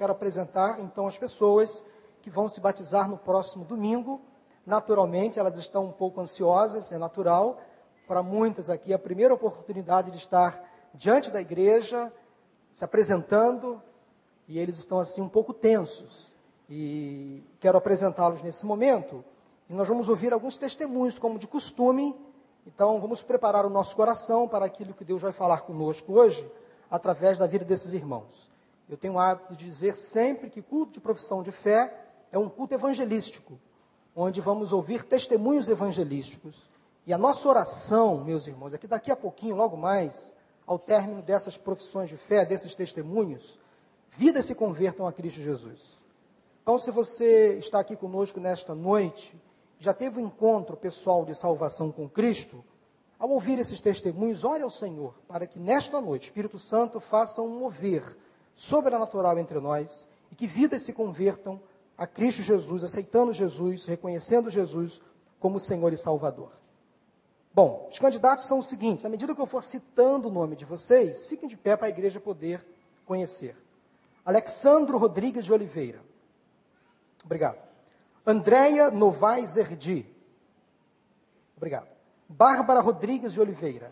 quero apresentar, então, as pessoas que vão se batizar no próximo domingo. Naturalmente, elas estão um pouco ansiosas, é natural. Para muitas aqui, a primeira oportunidade de estar diante da igreja, se apresentando, e eles estão assim um pouco tensos. E quero apresentá-los nesse momento. E nós vamos ouvir alguns testemunhos, como de costume. Então, vamos preparar o nosso coração para aquilo que Deus vai falar conosco hoje, através da vida desses irmãos. Eu tenho o hábito de dizer sempre que culto de profissão de fé é um culto evangelístico, onde vamos ouvir testemunhos evangelísticos. E a nossa oração, meus irmãos, é que daqui a pouquinho, logo mais, ao término dessas profissões de fé, desses testemunhos, vidas se convertam a Cristo Jesus. Então, se você está aqui conosco nesta noite, já teve um encontro pessoal de salvação com Cristo, ao ouvir esses testemunhos, ore ao Senhor, para que nesta noite o Espírito Santo faça um mover sobrenatural entre nós, e que vidas se convertam a Cristo Jesus, aceitando Jesus, reconhecendo Jesus como Senhor e Salvador. Bom, os candidatos são os seguintes: à medida que eu for citando o nome de vocês, fiquem de pé para a igreja poder conhecer. Alexandro Rodrigues de Oliveira. Obrigado. Andréia Novaes Erdi. Obrigado. Bárbara Rodrigues de Oliveira.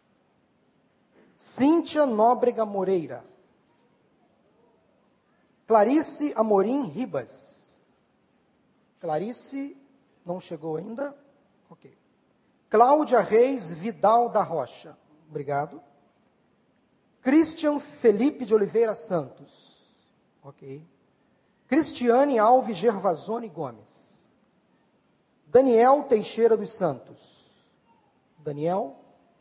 Cíntia Nóbrega Moreira. Clarice Amorim Ribas. Clarice não chegou ainda? Ok. Cláudia Reis Vidal da Rocha. Obrigado. Christian Felipe de Oliveira Santos. Ok. Cristiane Alves Gervasoni Gomes. Daniel Teixeira dos Santos. Daniel.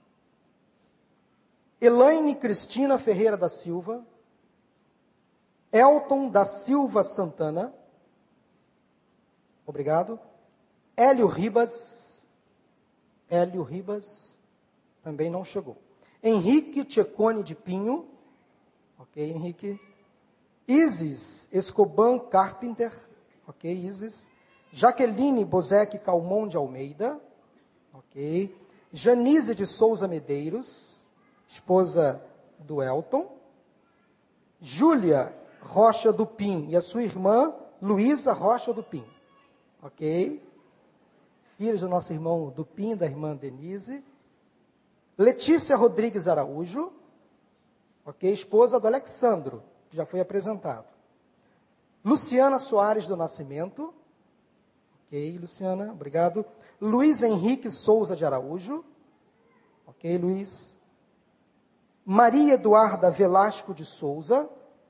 Elaine Cristina Ferreira da Silva. Elton da Silva Santana. Obrigado. Hélio Ribas. Hélio Ribas também não chegou. Henrique Tchecone de Pinho. Ok, Henrique. Isis Escoban Carpenter. Ok, Isis. Jaqueline Bozek Calmon de Almeida. Ok. Janise de Souza Medeiros, esposa do Elton. Júlia Rocha do Pim e a sua irmã Luísa Rocha do Pim. Ok. Filhos do nosso irmão do Pim, da irmã Denise. Letícia Rodrigues Araújo. Ok, esposa do Alexandro, que já foi apresentado. Luciana Soares do Nascimento. Ok, Luciana, obrigado. Luiz Henrique Souza de Araújo. Ok, Luiz. Maria Eduarda Velasco de Souza.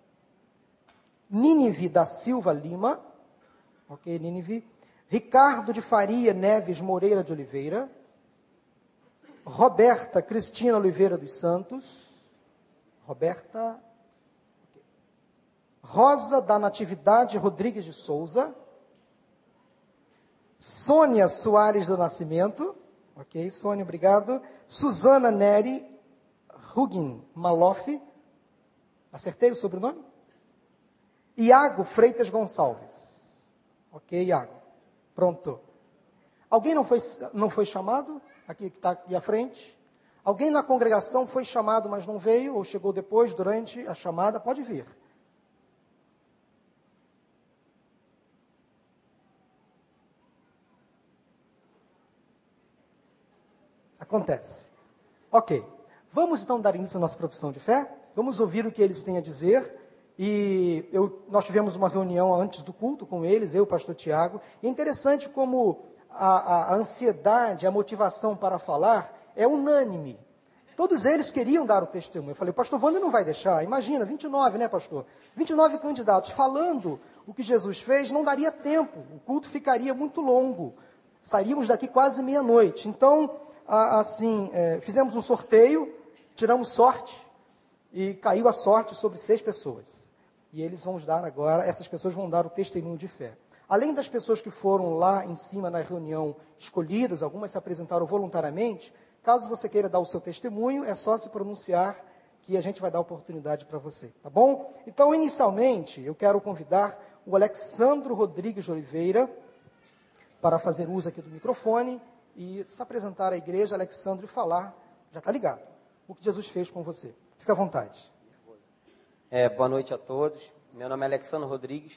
Nínive da Silva Lima. Ok, Nínive. Ricardo de Faria Neves Moreira de Oliveira. Roberta Cristina Oliveira dos Santos. Roberta. Okay. Rosa da Natividade Rodrigues de Souza. Sônia Soares do Nascimento. Ok, Sônia, obrigado. Suzana Neri Hugin Maloff. Acertei o sobrenome? Iago Freitas Gonçalves. Ok, Iago. Pronto. Alguém não foi chamado? Aqui que está aqui à frente. Alguém na congregação foi chamado, mas não veio, ou chegou depois, durante a chamada? Pode vir. Acontece. Ok. Vamos então dar início à nossa profissão de fé? Vamos ouvir o que eles têm a dizer. E nós tivemos uma reunião antes do culto com eles, eu e o pastor Tiago. E é interessante como a ansiedade, a motivação para falar é unânime. Todos eles queriam dar o testemunho. Eu falei, pastor Wander não vai deixar. Imagina, 29, né, pastor? 29 candidatos falando o que Jesus fez, não daria tempo. O culto ficaria muito longo. Sairíamos daqui quase meia-noite. Então, fizemos um sorteio, tiramos sorte, e caiu a sorte sobre 6 pessoas. E eles vão dar agora, essas pessoas vão dar o testemunho de fé. Além das pessoas que foram lá em cima na reunião escolhidas, algumas se apresentaram voluntariamente, caso você queira dar o seu testemunho, é só se pronunciar que a gente vai dar oportunidade para você, tá bom? Então, inicialmente, eu quero convidar o Alexandro Rodrigues de Oliveira para fazer uso aqui do microfone e se apresentar à igreja, Alexandre, e falar, já está ligado, o que Jesus fez com você. Fica à vontade. Boa noite a todos. Meu nome é Alexandre Rodrigues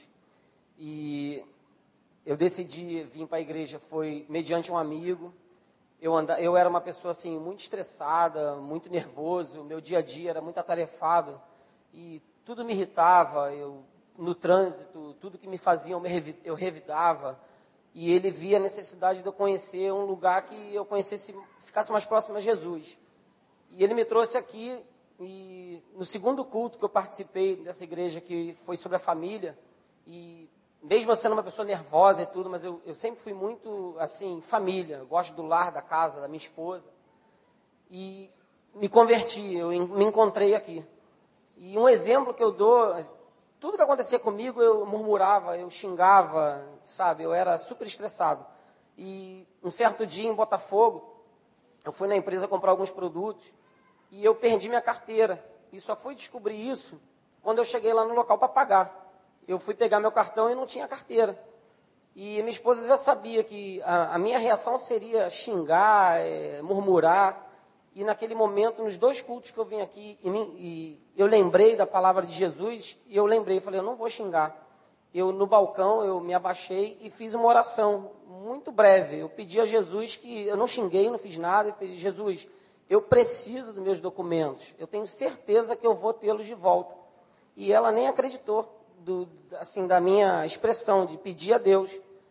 e eu decidi vir para a igreja foi mediante um amigo. Eu era uma pessoa assim muito estressada, muito nervoso, meu dia a dia era muito atarefado e tudo me irritava. No trânsito, tudo que me faziam eu revidava, e ele via a necessidade de eu conhecer um lugar que eu conhecesse, ficasse mais próximo a Jesus. E ele me trouxe aqui, e no segundo culto que eu participei dessa igreja, que foi sobre a família, e mesmo eu sendo uma pessoa nervosa e tudo, mas eu sempre fui muito, assim, família. Eu gosto do lar, da casa, da minha esposa. E me converti, eu me encontrei aqui. E um exemplo que eu dou, tudo que acontecia comigo, eu murmurava, eu xingava, sabe? Eu era super estressado. E um certo dia em Botafogo, eu fui na empresa comprar alguns produtos e eu perdi minha carteira. E só fui descobrir isso quando eu cheguei lá no local para pagar. Eu fui pegar meu cartão e não tinha carteira. E minha esposa já sabia que a minha reação seria xingar, murmurar. E naquele momento, nos 2 cultos que eu vim aqui, e eu lembrei da palavra de Jesus, e eu falei, eu não vou xingar. No balcão, eu me abaixei e fiz uma oração muito breve. Eu pedi a Jesus que, eu não xinguei, não fiz nada, eu pedi, Jesus, eu preciso dos meus documentos, eu tenho certeza que eu vou tê-los de volta. E ela nem acreditou. Da minha expressão de pedir a Deus,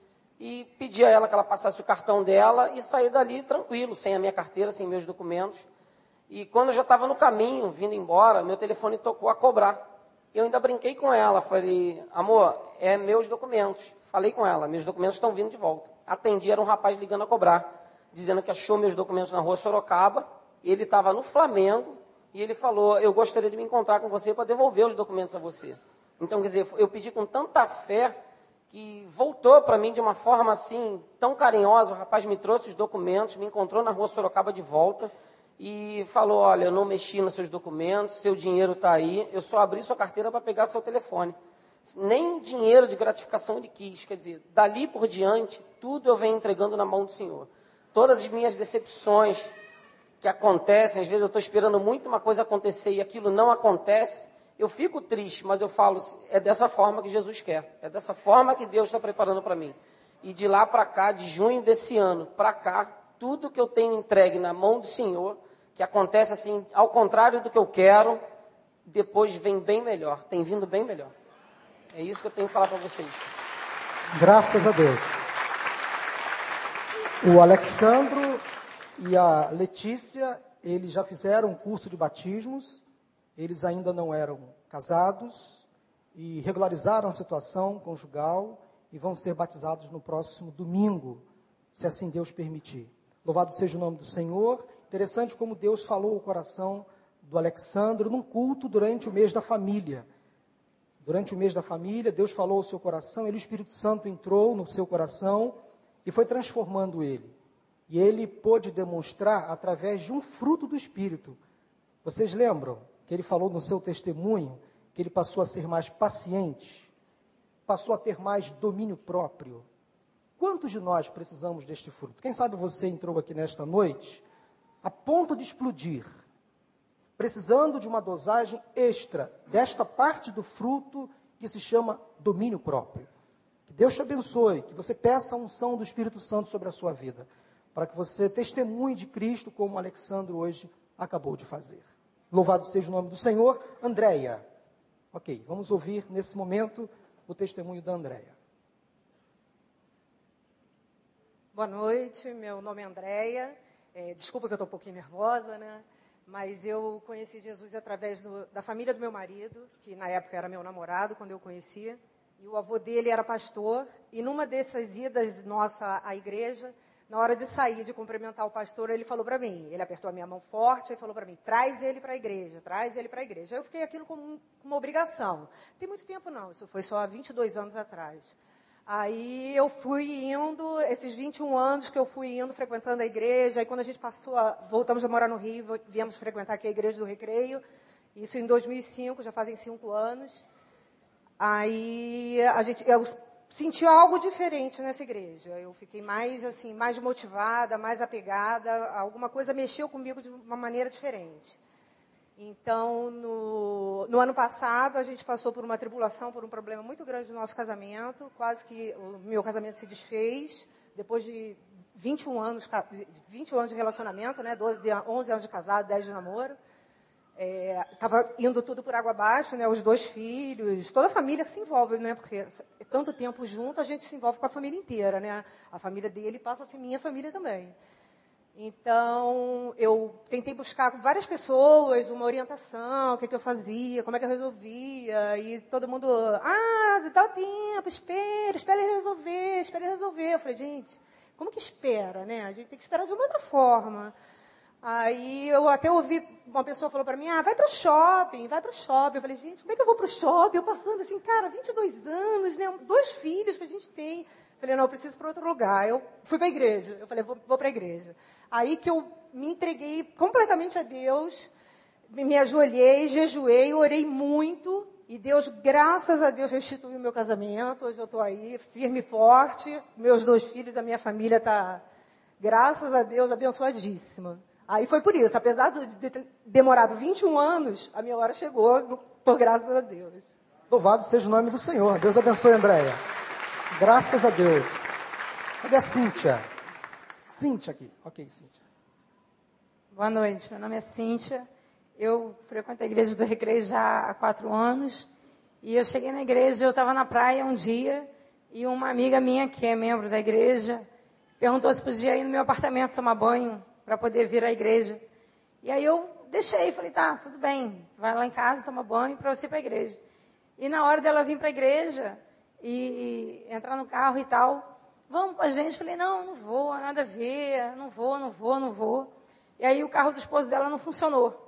e pedi a ela que ela passasse o cartão dela e sair dali tranquilo, sem a minha carteira, sem meus documentos. E quando eu já estava no caminho, vindo embora, meu telefone tocou a cobrar. Eu ainda brinquei com ela, falei, amor, meus documentos. Falei com ela, meus documentos estão vindo de volta. Atendi, era um rapaz ligando a cobrar, dizendo que achou meus documentos na rua Sorocaba, ele estava no Flamengo, e ele falou, eu gostaria de me encontrar com você para devolver os documentos a você. Então, quer dizer, eu pedi com tanta fé que voltou para mim de uma forma assim, tão carinhosa. O rapaz me trouxe os documentos, me encontrou na rua Sorocaba de volta e falou, olha, eu não mexi nos seus documentos, seu dinheiro está aí, eu só abri sua carteira para pegar seu telefone. Nem dinheiro de gratificação ele quis. Quer dizer, dali por diante, tudo eu venho entregando na mão do Senhor. Todas as minhas decepções que acontecem, às vezes eu estou esperando muito uma coisa acontecer e aquilo não acontece, eu fico triste, mas eu falo, é dessa forma que Jesus quer. É dessa forma que Deus está preparando para mim. E de lá para cá, de junho desse ano para cá, tudo que eu tenho entregue na mão do Senhor, que acontece assim, ao contrário do que eu quero, depois vem bem melhor, tem vindo bem melhor. É isso que eu tenho que falar para vocês. Graças a Deus. O Alexandro e a Letícia, eles já fizeram um curso de batismos. Eles ainda não eram casados e regularizaram a situação conjugal e vão ser batizados no próximo domingo, se assim Deus permitir. Louvado seja o nome do Senhor. Interessante como Deus falou o coração do Alexandro num culto durante o mês da família. Durante o mês da família, Deus falou ao seu coração, e o Espírito Santo entrou no seu coração e foi transformando ele. E ele pôde demonstrar através de um fruto do Espírito. Vocês lembram que ele falou no seu testemunho que ele passou a ser mais paciente, passou a ter mais domínio próprio? Quantos de nós precisamos deste fruto? Quem sabe você entrou aqui nesta noite a ponto de explodir, precisando de uma dosagem extra desta parte do fruto que se chama domínio próprio. Que Deus te abençoe, que você peça a unção do Espírito Santo sobre a sua vida, para que você testemunhe de Cristo como o Alexandre hoje acabou de fazer. Louvado seja o nome do Senhor. Andréia. Ok, vamos ouvir nesse momento o testemunho da Andréia. Boa noite, meu nome é Andréia. Desculpa que eu estou um pouquinho nervosa, né? Mas eu conheci Jesus através da família do meu marido, que na época era meu namorado, quando eu conhecia. E o avô dele era pastor. E numa dessas idas nossa à igreja, na hora de sair, de cumprimentar o pastor, ele falou para mim, ele apertou a minha mão forte e falou para mim, traz ele para a igreja, traz ele para a igreja. Aí eu fiquei aquilo como uma obrigação. Não tem muito tempo não, isso foi só há 22 anos atrás. Aí eu fui indo, esses 21 anos que eu fui indo, frequentando a igreja, aí quando a gente voltamos a morar no Rio, viemos frequentar aqui a Igreja do Recreio, isso em 2005, já fazem 5 anos. Aí eu senti algo diferente nessa igreja. Eu fiquei mais motivada, mais apegada. Alguma coisa mexeu comigo de uma maneira diferente. Então, no ano passado, a gente passou por uma tribulação, por um problema muito grande no nosso casamento. Quase que o meu casamento se desfez, depois de 21 anos de relacionamento, né? 11 anos de casado, 10 de namoro. Estava indo tudo por água abaixo, né? Os 2 filhos, toda a família se envolve, né? Porque é tanto tempo junto, a gente se envolve com a família inteira, né? A família dele passa a ser minha família também. Então, eu tentei buscar com várias pessoas uma orientação, o que eu fazia, como é que eu resolvia, e todo mundo, dá tempo, espera ele resolver. Eu falei, gente, como que espera, né? A gente tem que esperar de uma outra forma. Aí eu até ouvi, uma pessoa falou para mim, vai para o shopping. Eu falei, gente, como é que eu vou para o shopping? Eu passando assim, cara, 22 anos, né? 2 filhos que a gente tem. Eu falei, não, eu preciso ir para outro lugar. Eu fui para a igreja. Eu falei, vou para a igreja. Aí que eu me entreguei completamente a Deus, me ajoelhei, jejuei, orei muito. E Deus, graças a Deus, restituiu o meu casamento. Hoje eu estou aí, firme e forte. Meus 2 filhos, a minha família está, graças a Deus, abençoadíssima. Aí foi por isso, apesar de ter demorado 21 anos, a minha hora chegou, por graças a Deus. Louvado seja o nome do Senhor. Deus abençoe, Andréia. Graças a Deus. Cadê a Cíntia? Cíntia aqui. Ok, Cíntia. Boa noite, meu nome é Cíntia. Eu frequento a igreja do Recreio já há 4 anos. E eu cheguei na igreja, eu estava na praia um dia, e uma amiga minha, que é membro da igreja, perguntou se podia ir no meu apartamento tomar banho, para poder vir à igreja. E aí eu deixei, falei, tá, tudo bem, vai lá em casa, toma banho para você ir para a igreja. E na hora dela vir para a igreja e entrar no carro e tal, vamos com a gente? Falei, não vou, nada a ver, não vou. E aí o carro do esposo dela não funcionou.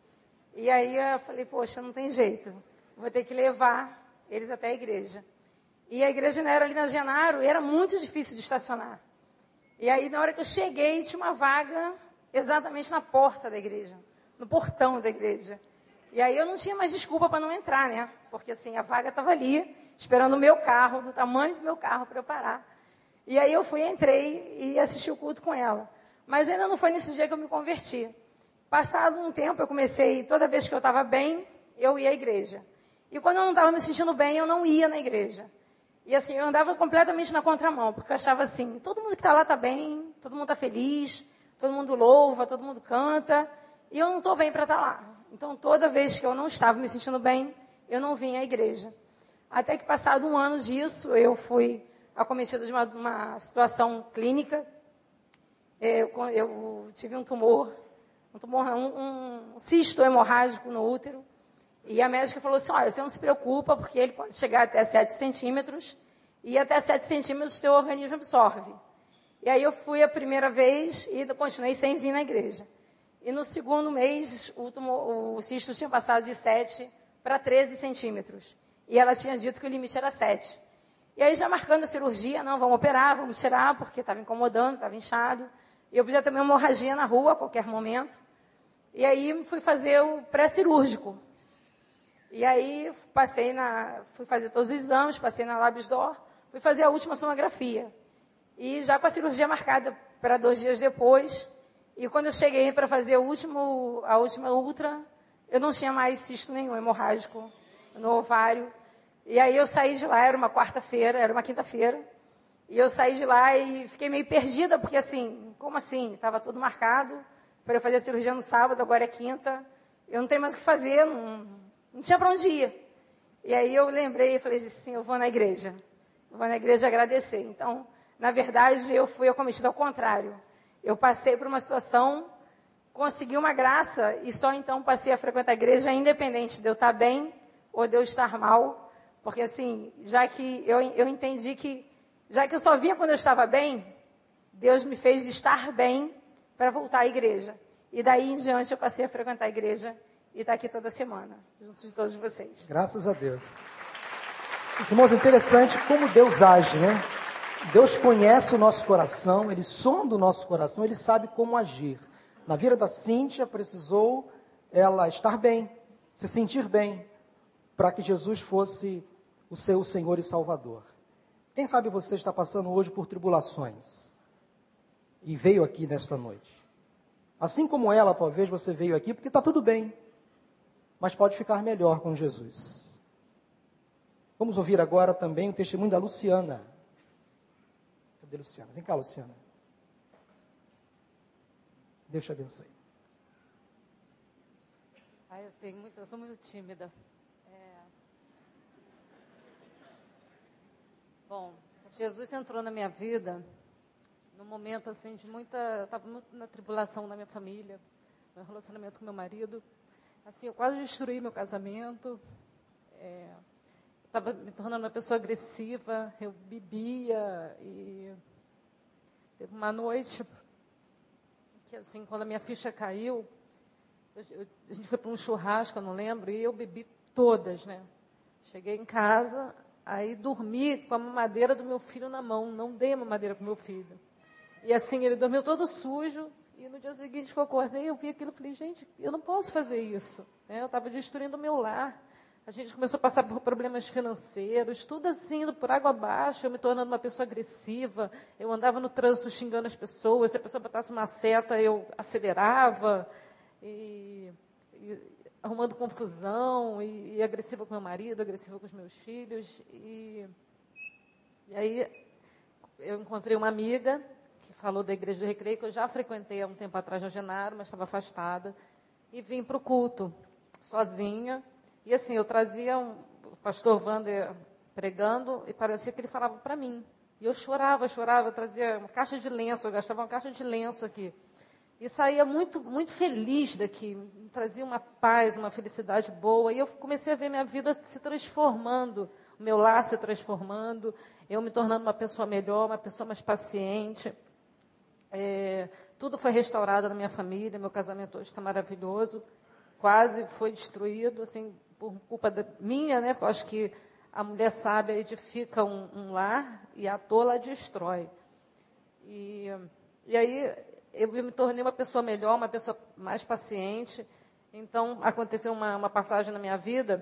E aí eu falei, poxa, não tem jeito, vou ter que levar eles até a igreja. E a igreja não era ali na Genaro, e era muito difícil de estacionar. E aí, na hora que eu cheguei, tinha uma vaga exatamente na porta da igreja, no portão da igreja. E aí eu não tinha mais desculpa para não entrar, né? Porque assim, a vaga estava ali, esperando o meu carro, do tamanho do meu carro para eu parar. E aí eu entrei e assisti o culto com ela. Mas ainda não foi nesse dia que eu me converti. Passado um tempo, eu comecei, toda vez que eu estava bem, eu ia à igreja. E quando eu não estava me sentindo bem, eu não ia na igreja. E assim, eu andava completamente na contramão, porque eu achava assim, todo mundo que está lá está bem, todo mundo está feliz, todo mundo louva, todo mundo canta, e eu não estou bem para estar lá. Então, toda vez que eu não estava me sentindo bem, eu não vinha à igreja. Até que, passado 1 ano disso, eu fui acometida de uma situação clínica. Eu tive um cisto hemorrágico no útero. E a médica falou assim, olha, você não se preocupa, porque ele pode chegar até 7 centímetros, e até 7 centímetros o seu organismo absorve. E aí eu fui a primeira vez e continuei sem vir na igreja. E no segundo mês, o cisto tinha passado de 7 para 13 centímetros. E ela tinha dito que o limite era 7. E aí já marcando a cirurgia, não, vamos operar, vamos tirar, porque estava incomodando, estava inchado. E eu podia ter uma hemorragia na rua a qualquer momento. E aí fui fazer o pré-cirúrgico. E aí fui fazer todos os exames, passei na Labsdor, fui fazer a última sonografia. E já com a cirurgia marcada para 2 dias depois, e quando eu cheguei para fazer a última ultra, eu não tinha mais cisto nenhum hemorrágico no ovário. E aí eu saí de lá, era uma quinta-feira, e eu saí de lá e fiquei meio perdida, porque assim, como assim? Estava tudo marcado para eu fazer a cirurgia no sábado, agora é quinta, eu não tenho mais o que fazer, não tinha para onde ir. E aí eu lembrei e falei assim, eu vou na igreja agradecer. Então, na verdade, eu fui acometida ao contrário. Eu passei por uma situação, consegui uma graça e só então passei a frequentar a igreja, independente de eu estar bem ou de eu estar mal. Porque assim, já que eu entendi que, já que eu só vinha quando eu estava bem, Deus me fez estar bem para voltar à igreja. E daí em diante eu passei a frequentar a igreja e estar aqui toda semana, junto de todos vocês. Graças a Deus. Irmãos, é interessante como Deus age, né? Deus conhece o nosso coração, Ele sonda o nosso coração, Ele sabe como agir. Na vida da Cíntia, precisou ela estar bem, se sentir bem, para que Jesus fosse o seu Senhor e Salvador. Quem sabe você está passando hoje por tribulações e veio aqui nesta noite. Assim como ela, talvez você veio aqui porque está tudo bem. mas pode ficar melhor com Jesus. Vamos ouvir agora também o testemunho da Luciana. Cadê a Luciana? Vem cá, Luciana. Deus te abençoe. Eu sou muito tímida. Bom, Jesus entrou na minha vida num momento assim de eu estava muito na tribulação da minha família, meu relacionamento com meu marido. Assim, eu quase destruí meu casamento. Estava me tornando uma pessoa agressiva, eu bebia e teve uma noite que, assim, quando a minha ficha caiu, a gente foi para um churrasco, eu não lembro, e eu bebi todas, né? Cheguei em casa, aí dormi com a mamadeira do meu filho na mão, não dei a mamadeira para o meu filho. E assim, ele dormiu todo sujo, e no dia seguinte que eu acordei, eu vi aquilo e falei, gente, eu não posso fazer isso, né? Eu estava destruindo o meu lar. A gente começou a passar por problemas financeiros, tudo assim, indo por água abaixo, eu me tornando uma pessoa agressiva, eu andava no trânsito xingando as pessoas, se a pessoa botasse uma seta, eu acelerava, e arrumando confusão, e agressiva com meu marido, agressiva com os meus filhos. E aí eu encontrei uma amiga que falou da Igreja do Recreio, que eu já frequentei há um tempo atrás no Genaro, mas estava afastada, e vim para o culto, sozinha. E assim, eu trazia o pastor Wander pregando e parecia que ele falava para mim. E eu chorava, eu trazia uma caixa de lenço, eu gastava uma caixa de lenço aqui. E saía muito, muito feliz daqui, me trazia uma paz, uma felicidade boa. E eu comecei a ver minha vida se transformando, o meu lar se transformando, eu me tornando uma pessoa melhor, uma pessoa mais paciente. Tudo foi restaurado na minha família, meu casamento hoje está maravilhoso. Quase foi destruído, assim, por culpa minha, né? Porque eu acho que a mulher sábia edifica um lar e a tola destrói. E aí eu me tornei uma pessoa melhor, uma pessoa mais paciente. Então, aconteceu uma passagem na minha vida.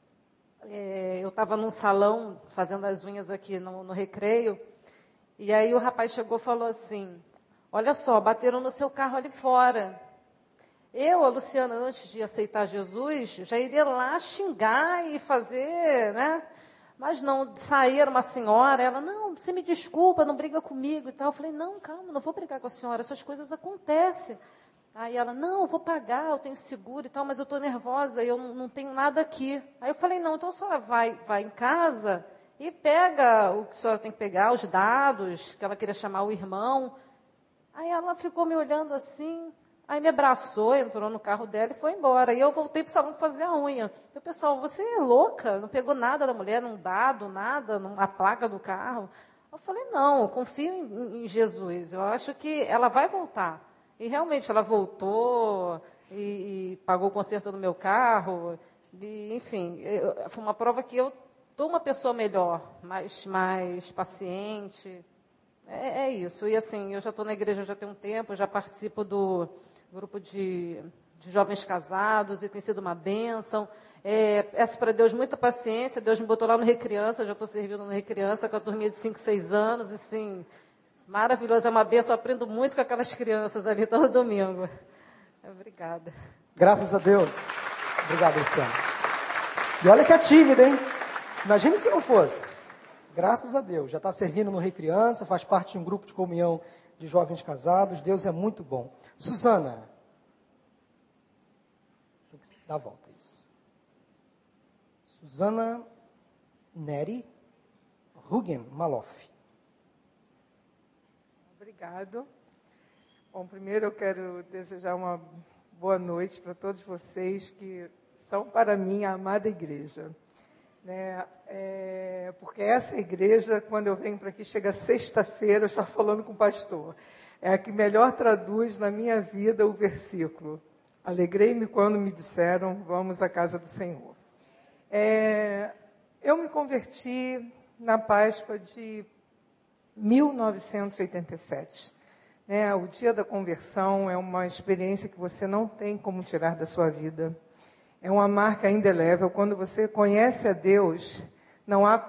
Eu estava num salão, fazendo as unhas aqui no recreio, e aí o rapaz chegou e falou assim, olha só, bateram no seu carro ali fora. Eu, a Luciana, antes de aceitar Jesus, já iria lá xingar e fazer, né? Mas não, sair uma senhora, ela, não, você me desculpa, não briga comigo e tal. Eu falei, não, calma, não vou brigar com a senhora, essas coisas acontecem. Aí ela, não, eu vou pagar, eu tenho seguro e tal, mas eu estou nervosa, eu não tenho nada aqui. Aí eu falei, não, então a senhora vai em casa e pega o que a senhora tem que pegar, os dados, que ela queria chamar o irmão. Aí ela ficou me olhando assim, aí me abraçou, entrou no carro dela e foi embora. E eu voltei para o salão fazer a unha. E o pessoal, você é louca? Não pegou nada da mulher, não dado, nada, a placa do carro? Eu falei, não, eu confio em Jesus. Eu acho que ela vai voltar. E realmente ela voltou e pagou o conserto do meu carro. E, enfim, foi uma prova que eu estou uma pessoa melhor, mais paciente. É isso. E assim, eu já estou na igreja já tem um tempo, já participo do grupo de jovens casados e tem sido uma bênção. Peço para Deus muita paciência. Deus me botou lá no Recriança, já estou servindo no Recriança com a turminha de 5, 6 anos. Assim, maravilhoso, é uma bênção. Eu aprendo muito com aquelas crianças ali todo domingo. Obrigada. Graças a Deus. Obrigado, Luciana. E olha que é tímida, hein? Imagine se não fosse. Graças a Deus. Já está servindo no Recriança, faz parte de um grupo de comunhão de jovens casados. Deus é muito bom. Suzana. Tem que dar a volta, isso. Suzana Neri Rugen Maloff. Obrigado. Bom, primeiro eu quero desejar uma boa noite para todos vocês que são para mim a amada igreja. Né? Porque essa igreja, quando eu venho para aqui, chega sexta-feira, eu estava falando com o pastor, é a que melhor traduz na minha vida o versículo. Alegrei-me quando me disseram, vamos à casa do Senhor. Eu me converti na Páscoa de 1987. Né? O dia da conversão é uma experiência que você não tem como tirar da sua vida. É uma marca indelével. Quando você conhece a Deus, não há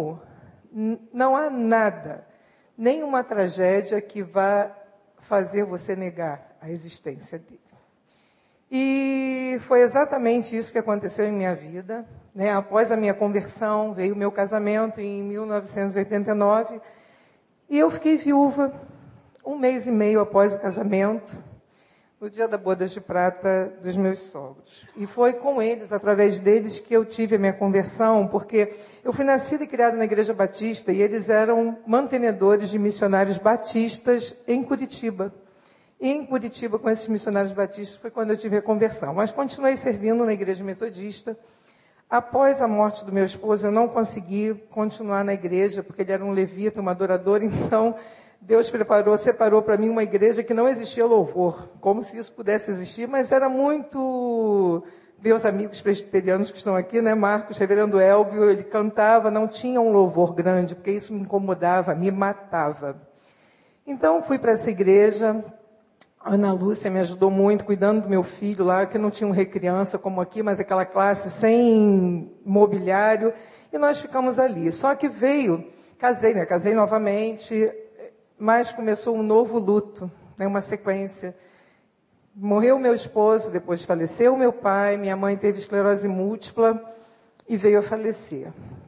nada, nenhuma tragédia que vá fazer você negar a existência dele. E foi exatamente isso que aconteceu em minha vida, né? Após a minha conversão, veio o meu casamento em 1989, e eu fiquei viúva 1 mês e meio após o casamento, no dia da boda de prata dos meus sogros. E foi com eles, através deles, que eu tive a minha conversão, porque eu fui nascida e criada na Igreja Batista, e eles eram mantenedores de missionários batistas em Curitiba. E em Curitiba, com esses missionários batistas, foi quando eu tive a conversão. Mas continuei servindo na Igreja Metodista. Após a morte do meu esposo, eu não consegui continuar na igreja, porque ele era um levita, um adorador, então Deus separou para mim uma igreja que não existia louvor, como se isso pudesse existir, mas era muito... Meus amigos presbiterianos que estão aqui, né, Marcos, reverendo Elbio, ele cantava, não tinha um louvor grande, porque isso me incomodava, me matava. Então, fui para essa igreja. A Ana Lúcia me ajudou muito, cuidando do meu filho lá, que não tinha um recriança como aqui, mas aquela classe sem mobiliário, e nós ficamos ali. Só que casei novamente, mas começou um novo luto, né, uma sequência. Morreu meu esposo, depois faleceu meu pai, minha mãe teve esclerose múltipla e veio a falecer.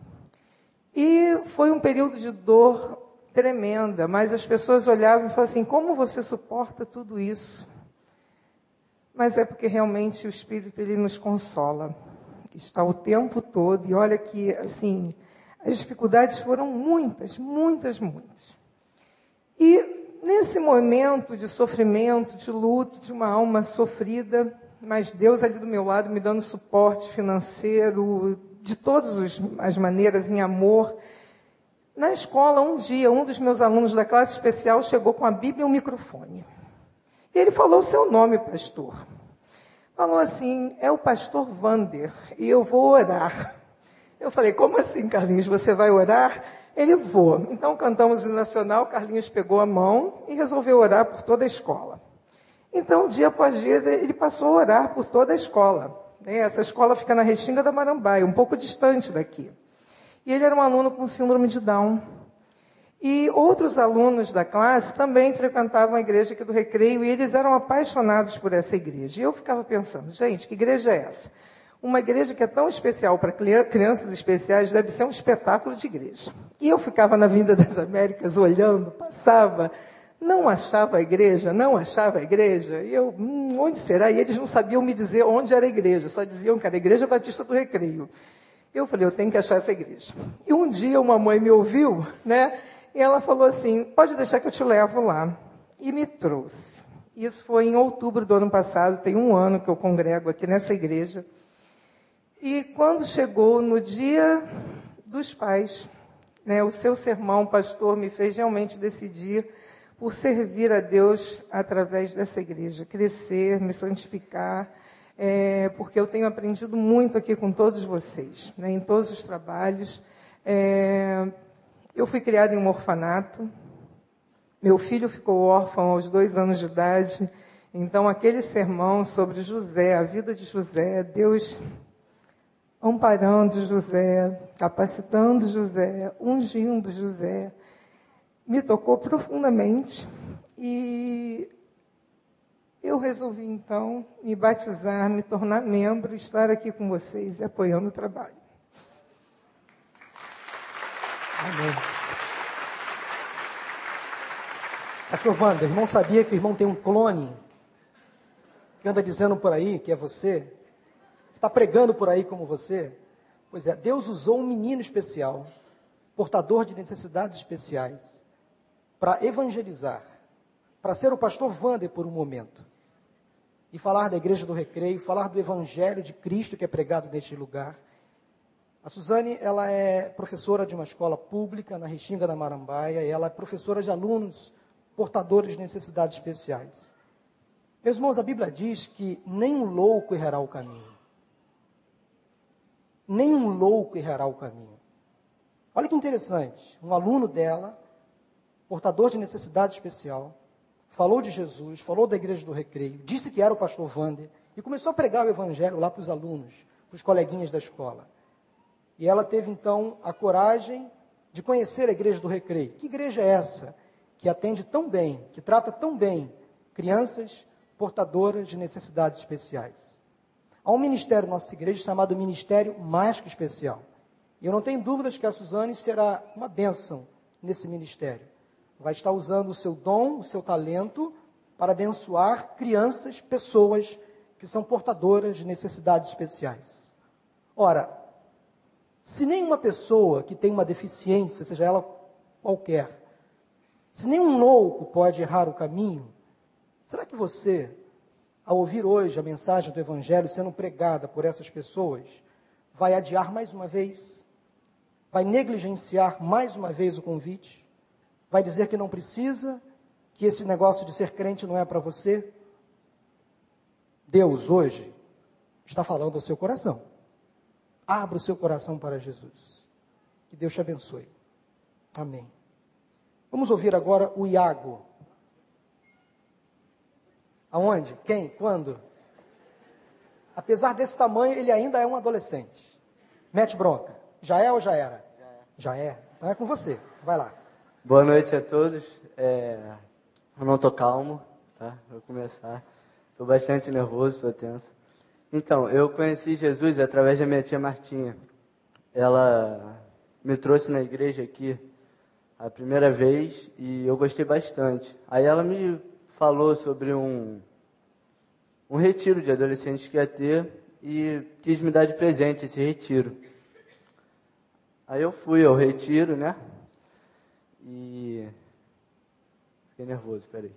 E foi um período de dor tremenda, mas as pessoas olhavam e falavam assim, como você suporta tudo isso? Mas é porque realmente o Espírito, ele nos consola. Está o tempo todo, e olha que, assim, as dificuldades foram muitas, muitas, muitas. E nesse momento de sofrimento, de luto, de uma alma sofrida, mas Deus ali do meu lado me dando suporte financeiro, de todas as maneiras, em amor. Na escola, um dia, um dos meus alunos da classe especial chegou com a Bíblia e um microfone. E ele falou o seu nome, pastor. Falou assim, é o pastor Wander, e eu vou orar. Eu falei, como assim, Carlinhos, você vai orar? Ele, vou. Então, cantamos o Nacional, Carlinhos pegou a mão e resolveu orar por toda a escola. Então, dia após dia, ele passou a orar por toda a escola. Essa escola fica na Restinga da Marambaia, um pouco distante daqui. E ele era um aluno com síndrome de Down. E outros alunos da classe também frequentavam a igreja aqui do Recreio, e eles eram apaixonados por essa igreja. E eu ficava pensando, gente, que igreja é essa? Uma igreja que é tão especial para crianças especiais, deve ser um espetáculo de igreja. E eu ficava na Vinda das Américas, olhando, passava, não achava a igreja, e eu, onde será? E eles não sabiam me dizer onde era a igreja, só diziam que era a Igreja Batista do Recreio. Eu falei, eu tenho que achar essa igreja. E um dia uma mãe me ouviu, né? E ela falou assim, pode deixar que eu te levo lá. E me trouxe. Isso foi em outubro do ano passado, tem 1 ano que eu congrego aqui nessa igreja. E quando chegou no dia dos pais, né, o seu sermão, pastor, me fez realmente decidir por servir a Deus através dessa igreja, crescer, me santificar, porque eu tenho aprendido muito aqui com todos vocês, né, em todos os trabalhos. Eu fui criada em um orfanato, meu filho ficou órfão aos 2 anos de idade, então aquele sermão sobre José, a vida de José, Deus amparando José, capacitando José, ungindo José, me tocou profundamente e eu resolvi, então, me batizar, me tornar membro, estar aqui com vocês e apoiando o trabalho. Amém. Pastor Wander, o irmão sabia que o irmão tem um clone que anda dizendo por aí que é você? Está pregando por aí como você? Pois é, Deus usou um menino especial, portador de necessidades especiais, para evangelizar, para ser o pastor Wander por um momento, e falar da Igreja do Recreio, falar do Evangelho de Cristo que é pregado neste lugar. A Suzane, ela é professora de uma escola pública na Restinga da Marambaia, e ela é professora de alunos portadores de necessidades especiais. Meus irmãos, a Bíblia diz que nem um louco errará o caminho. Nem um louco errará o caminho. Olha que interessante, um aluno dela, portador de necessidade especial, falou de Jesus, falou da Igreja do Recreio, disse que era o pastor Wander, e começou a pregar o Evangelho lá para os alunos, para os coleguinhas da escola. E ela teve, então, a coragem de conhecer a Igreja do Recreio. Que igreja é essa que atende tão bem, que trata tão bem crianças portadoras de necessidades especiais. Há um ministério na nossa igreja chamado Ministério Mais que Especial. E eu não tenho dúvidas que a Suzane será uma bênção nesse ministério. Vai estar usando o seu dom, o seu talento, para abençoar crianças, pessoas que são portadoras de necessidades especiais. Ora, se nenhuma pessoa que tem uma deficiência, seja ela qualquer, se nenhum louco pode errar o caminho, será que você, ao ouvir hoje a mensagem do Evangelho sendo pregada por essas pessoas, vai adiar mais uma vez? Vai negligenciar mais uma vez o convite? Vai dizer que não precisa, que esse negócio de ser crente não é para você? Deus hoje está falando ao seu coração. Abra o seu coração para Jesus. Que Deus te abençoe. Amém. Vamos ouvir agora o Iago. Aonde? Quem? Quando? Apesar desse tamanho, ele ainda é um adolescente. Mete bronca. Já é ou já era? Já é. Então é com você. Vai lá. Boa noite a todos. Eu não estou calmo, tá? Vou começar. Estou bastante nervoso, estou tenso. Então, eu conheci Jesus através da minha tia Martinha. Ela me trouxe na igreja aqui a primeira vez e eu gostei bastante. Aí ela me falou sobre um retiro de adolescentes que ia ter e quis me dar de presente esse retiro. Aí eu fui ao retiro, né? E... fiquei nervoso, peraí.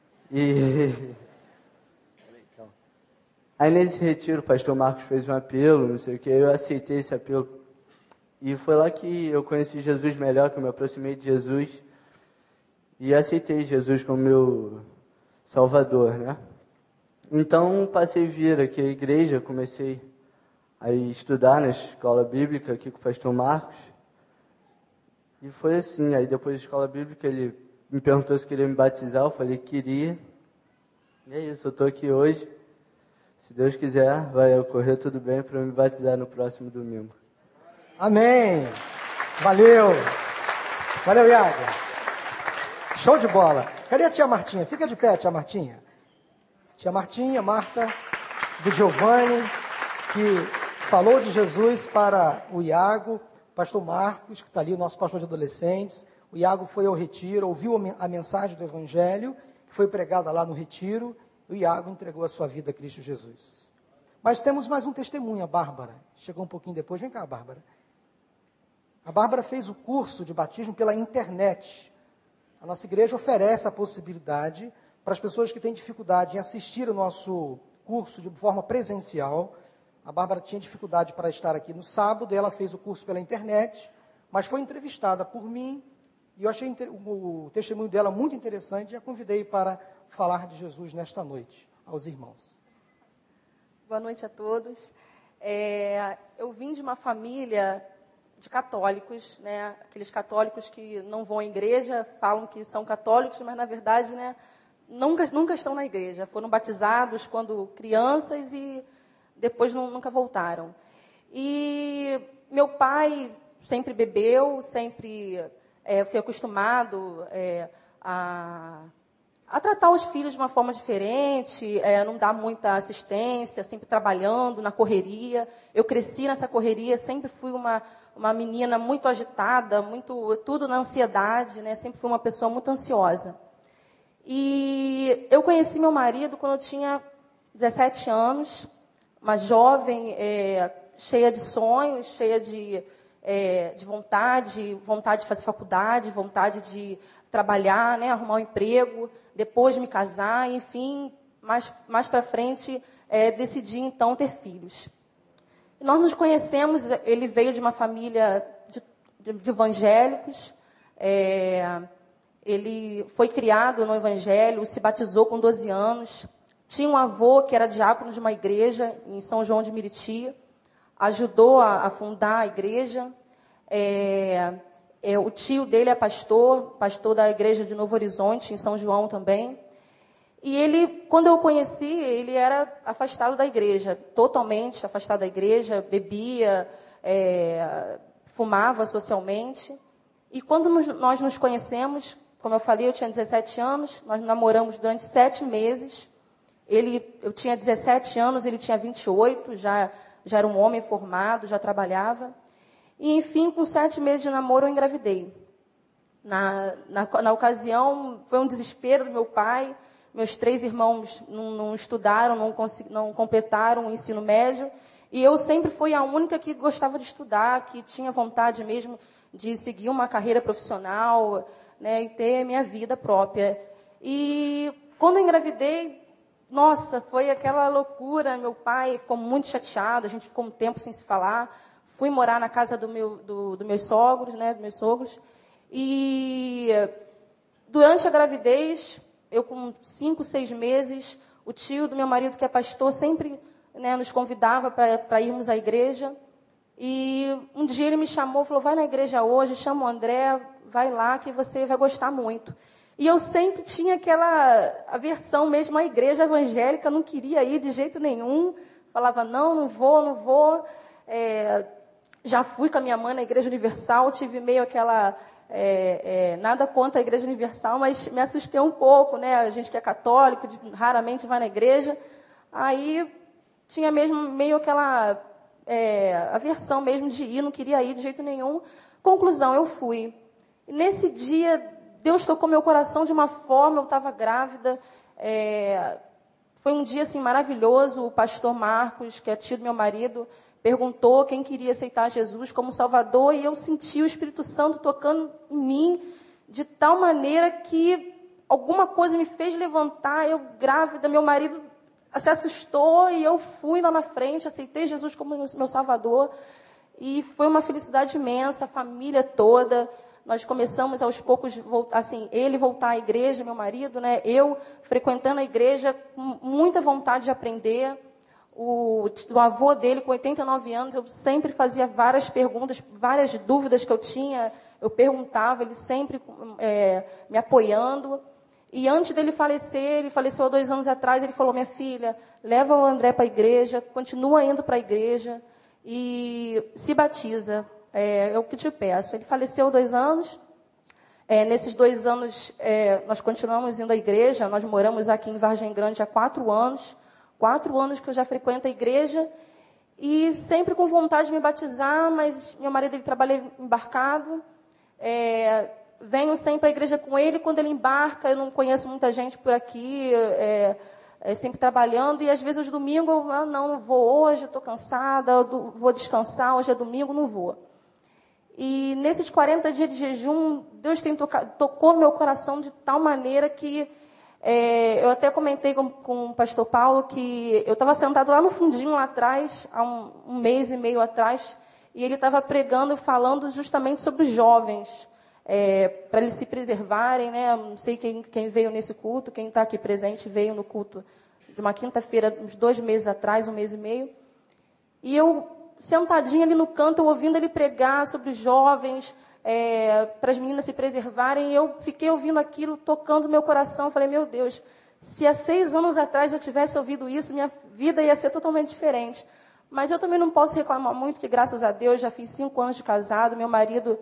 Aí nesse retiro o pastor Marcos fez um apelo, não sei o que, eu aceitei esse apelo. E foi lá que eu conheci Jesus melhor, que eu me aproximei de Jesus e aceitei Jesus como meu Salvador, né? Então passei a vir aqui à igreja, comecei a estudar na escola bíblica aqui com o pastor Marcos. E foi assim, aí depois da escola bíblica ele me perguntou se queria me batizar, eu falei que queria. E é isso, eu estou aqui hoje. Se Deus quiser, vai ocorrer tudo bem para eu me batizar no próximo domingo. Amém. Valeu. Valeu, Iago. Show de bola. Cadê a tia Martinha? Fica de pé, tia Martinha. Tia Martinha, Marta, do Giovanni, que falou de Jesus para o Iago, pastor Marcos, que está ali, o nosso pastor de adolescentes. O Iago foi ao retiro, ouviu a mensagem do Evangelho, que foi pregada lá no retiro, e o Iago entregou a sua vida a Cristo Jesus. Mas temos mais um testemunho, a Bárbara. Chegou um pouquinho depois. Vem cá, Bárbara. A Bárbara fez o curso de batismo pela internet. A nossa igreja oferece a possibilidade para as pessoas que têm dificuldade em assistir o nosso curso de forma presencial. A Bárbara tinha dificuldade para estar aqui no sábado, e ela fez o curso pela internet, mas foi entrevistada por mim, e eu achei o testemunho dela muito interessante, e a convidei para falar de Jesus nesta noite, aos irmãos. Boa noite a todos. Eu vim de uma família de católicos, né? Aqueles católicos que não vão à igreja, falam que são católicos, mas na verdade, né, nunca estão na igreja. Foram batizados quando crianças e depois nunca voltaram. E meu pai sempre bebeu, sempre foi acostumado a tratar os filhos de uma forma diferente, não dar muita assistência, sempre trabalhando na correria. Eu cresci nessa correria, sempre fui uma menina muito agitada, tudo na ansiedade, né? Sempre fui uma pessoa muito ansiosa. E eu conheci meu marido quando eu tinha 17 anos, uma jovem cheia de sonhos, cheia de vontade de fazer faculdade, vontade de trabalhar, né, arrumar um emprego, depois me casar, enfim, mais para frente decidi então ter filhos. E nós nos conhecemos, ele veio de uma família de evangélicos, ele foi criado no evangelho, se batizou com 12 anos, tinha um avô que era diácono de uma igreja em São João de Meriti, ajudou a fundar a igreja. O tio dele é pastor da igreja de Novo Horizonte, em São João também. E ele, quando eu o conheci, ele era afastado da igreja, totalmente afastado da igreja, bebia, fumava socialmente. E quando nós nos conhecemos, como eu falei, eu tinha 17 anos, nós namoramos durante 7 meses. Eu tinha 17 anos, ele tinha 28, já era um homem formado, já trabalhava. E, enfim, com 7 meses de namoro, eu engravidei. Na ocasião, foi um desespero do meu pai. Meus 3 irmãos não estudaram, não completaram o ensino médio. E eu sempre fui a única que gostava de estudar, que tinha vontade mesmo de seguir uma carreira profissional, né, e ter minha vida própria. E quando eu engravidei, nossa, foi aquela loucura. Meu pai ficou muito chateado, a gente ficou um tempo sem se falar. Fui morar na casa dos meus sogros, né, dos meus sogros. E durante a gravidez, eu com 5, 6 meses, o tio do meu marido, que é pastor, sempre, né, nos convidava para irmos à igreja. E um dia ele me chamou, falou, vai na igreja hoje, chama o André, vai lá que você vai gostar muito. E eu sempre tinha aquela aversão mesmo à igreja evangélica, não queria ir de jeito nenhum. Falava, não vou. Já fui com a minha mãe na Igreja Universal, tive meio aquela... nada contra a Igreja Universal, mas me assustei um pouco, né? A gente que é católico, raramente vai na igreja. Aí tinha mesmo meio aquela aversão mesmo de ir, não queria ir de jeito nenhum. Conclusão, eu fui. E nesse dia, Deus tocou meu coração de uma forma, eu estava grávida. Foi um dia assim, maravilhoso. O pastor Marcos, que é tio do meu marido, perguntou quem queria aceitar Jesus como Salvador, e eu senti o Espírito Santo tocando em mim de tal maneira que alguma coisa me fez levantar. Eu grávida, meu marido se assustou e eu fui lá na frente, aceitei Jesus como meu Salvador, e foi uma felicidade imensa, a família toda. Nós começamos aos poucos, assim, ele voltar à igreja, meu marido, né? Eu frequentando a igreja com muita vontade de aprender. O avô dele, com 89 anos, eu sempre fazia várias perguntas, várias dúvidas que eu tinha, eu perguntava, ele sempre me apoiando. E antes dele falecer, ele faleceu há 2 anos atrás, ele falou, minha filha, leva o André para a igreja, continua indo para a igreja e se batiza, é o que te peço. Ele faleceu há 2 anos, nesses 2 anos nós continuamos indo à igreja, nós moramos aqui em Vargem Grande há 4 anos, 4 anos que eu já frequento a igreja, e sempre com vontade de me batizar, mas meu marido ele trabalha embarcado, venho sempre à igreja com ele. Quando ele embarca, eu não conheço muita gente por aqui, sempre trabalhando, e às vezes os domingos eu não vou hoje, estou cansada, vou descansar, hoje é domingo, não vou. E nesses 40 dias de jejum, Deus tocou no meu coração de tal maneira que eu até comentei com o pastor Paulo que eu estava sentado lá no fundinho, lá atrás, há um mês e meio atrás, e ele estava pregando, falando justamente sobre os jovens, para eles se preservarem, né? Não sei quem veio nesse culto, quem está aqui presente veio no culto de uma quinta-feira, uns 2 meses atrás, 1 mês e meio, e eu, sentadinha ali no canto, eu ouvindo ele pregar sobre os jovens, para as meninas se preservarem, e eu fiquei ouvindo aquilo, tocando meu coração. Falei, meu Deus, se há 6 anos atrás eu tivesse ouvido isso, minha vida ia ser totalmente diferente. Mas eu também não posso reclamar muito, que graças a Deus já fiz 5 anos de casado, meu marido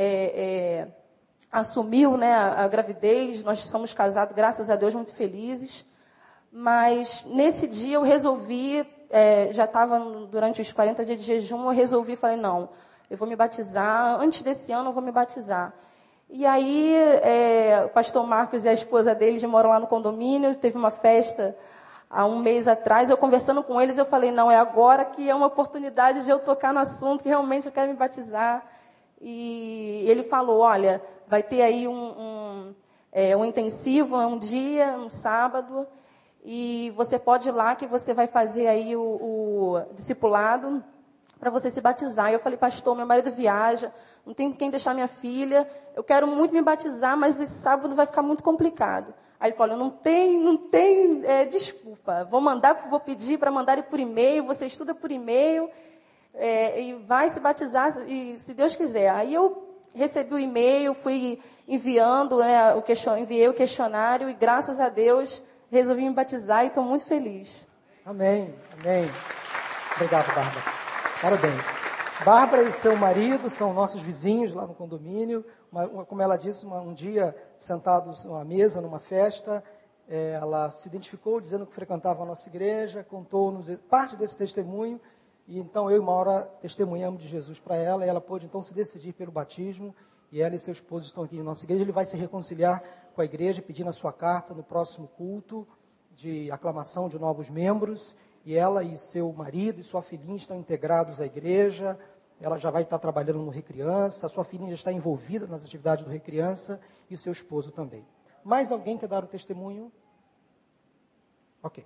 assumiu, né, a gravidez, nós somos casados, graças a Deus, muito felizes. Mas nesse dia eu resolvi, já estava durante os 40 dias de jejum, eu resolvi, falei, não, eu vou me batizar, antes desse ano eu vou me batizar. E aí, o pastor Marcos e a esposa dele já moram lá no condomínio, teve uma festa há 1 mês atrás, eu conversando com eles, eu falei, não, é agora que é uma oportunidade de eu tocar no assunto, que realmente eu quero me batizar. E ele falou, olha, vai ter aí um intensivo, um dia, um sábado, e você pode ir lá que você vai fazer aí o discipulado, para você se batizar. E eu falei, pastor, meu marido viaja, não tem quem deixar minha filha, eu quero muito me batizar, mas esse sábado vai ficar muito complicado. Aí ele falou, não tem desculpa, vou pedir para mandar por e-mail, você estuda por e-mail, e vai se batizar, e, se Deus quiser. Aí eu recebi o e-mail, fui enviando, né, enviei o questionário, e graças a Deus resolvi me batizar, e estou muito feliz. Amém, amém. Obrigado, Bárbara. Parabéns. Bárbara e seu marido são nossos vizinhos lá no condomínio. Como ela disse, um dia sentados numa mesa, numa festa, ela se identificou dizendo que frequentava a nossa igreja, contou-nos parte desse testemunho, e então eu e Maura testemunhamos de Jesus para ela, e ela pôde então se decidir pelo batismo, e ela e seu esposo estão aqui em nossa igreja. Ele vai se reconciliar com a igreja, pedindo a sua carta no próximo culto de aclamação de novos membros, e ela e seu marido e sua filhinha estão integrados à igreja. Ela já vai estar trabalhando no Recriança, a sua filhinha já está envolvida nas atividades do Recriança, e seu esposo também. Mais alguém quer dar o testemunho? Ok.